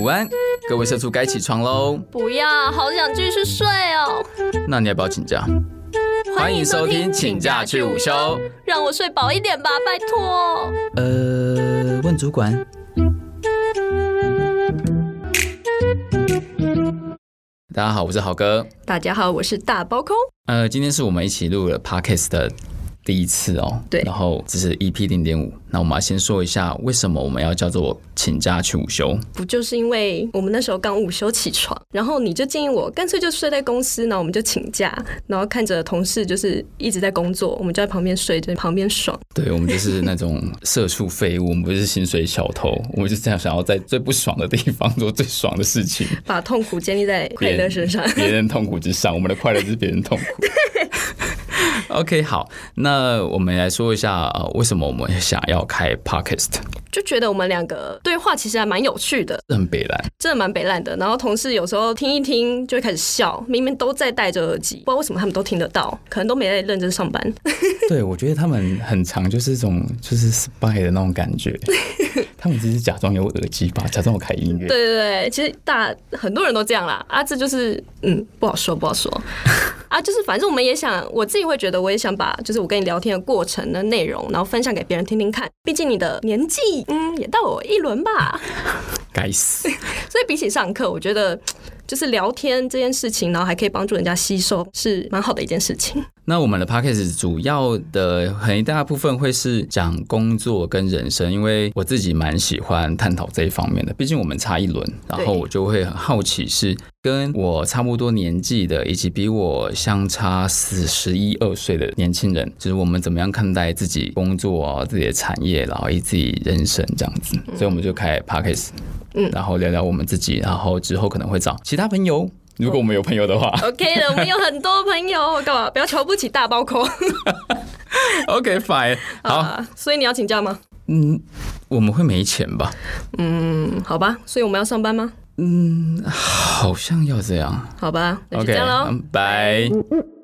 安，各位社畜该起床喽！ 不要，好想继续睡哦。 那你要不要请假？欢迎收听请假去午休， 让我睡饱一点吧，拜托。 问主管。大家好，我是豪哥。 大家好，我是大包空。 今天是我们一起录了 Podcast 的第一次哦， 对， 然后这是 EP0.5。那我们要先说一下，为什么我们要叫做请假去午休？ 不就是因为我们那时候刚午休起床，然后你就建议我干脆就睡在公司，然后我们就请假，然后看着同事就是一直在工作，我们就在旁边睡，在旁边爽。 对，我们就是那种社畜废物，我们不是薪水小偷，我们就这样想要在最不爽的地方做最爽的事情， 把痛苦建立在快乐身上， 别人痛苦之上，我们的快乐就是别人痛苦。OK， 好，那我们来说一下为什么我们想要开 Podcast。 就觉得我们两个对话其实还蛮有趣的， 很北烂， 真的蛮北烂的。然后同事有时候听一听就会开始笑，明明都在戴着耳机，不知道为什么他们都听得到，可能都没在认真上班。 对，我觉得他们很常就是这种就是 spy 的那种感觉，他们只是假装有耳机吧，假装有开音乐。 对对对，其实很多人都这样啦。这就是不好说就是反正我们也想，我自己会觉得我也想把就是我跟你聊天的过程的内容，然后分享给别人听听看。毕竟你的年纪也到我一轮吧。 该死。 所以比起上课，我觉得就是聊天这件事情，然后还可以帮助人家吸收，是蛮好的一件事情。 那我们的 podcast 主要的很一大部分会是讲工作跟人生，因为我自己蛮喜欢探讨这一方面的，毕竟我们差一轮，然后我就会很好奇是跟我差不多年纪的，以及比我相差11、12岁的年轻人，就是我们怎么样看待自己工作、自己的产业，然后以自己人生这样子，所以我们就开 podcast，然后聊聊我们自己，然后之后可能会找其他朋友。如果我们有朋友的话 ，OK 的，我们有很多朋友，干嘛不要瞧不起大包口 ？OK fine， 好， 所以你要请假吗？ 我们会没钱吧？ 好吧，所以我们要上班吗？ 好像要这样。 好吧，那就这样咯。 拜。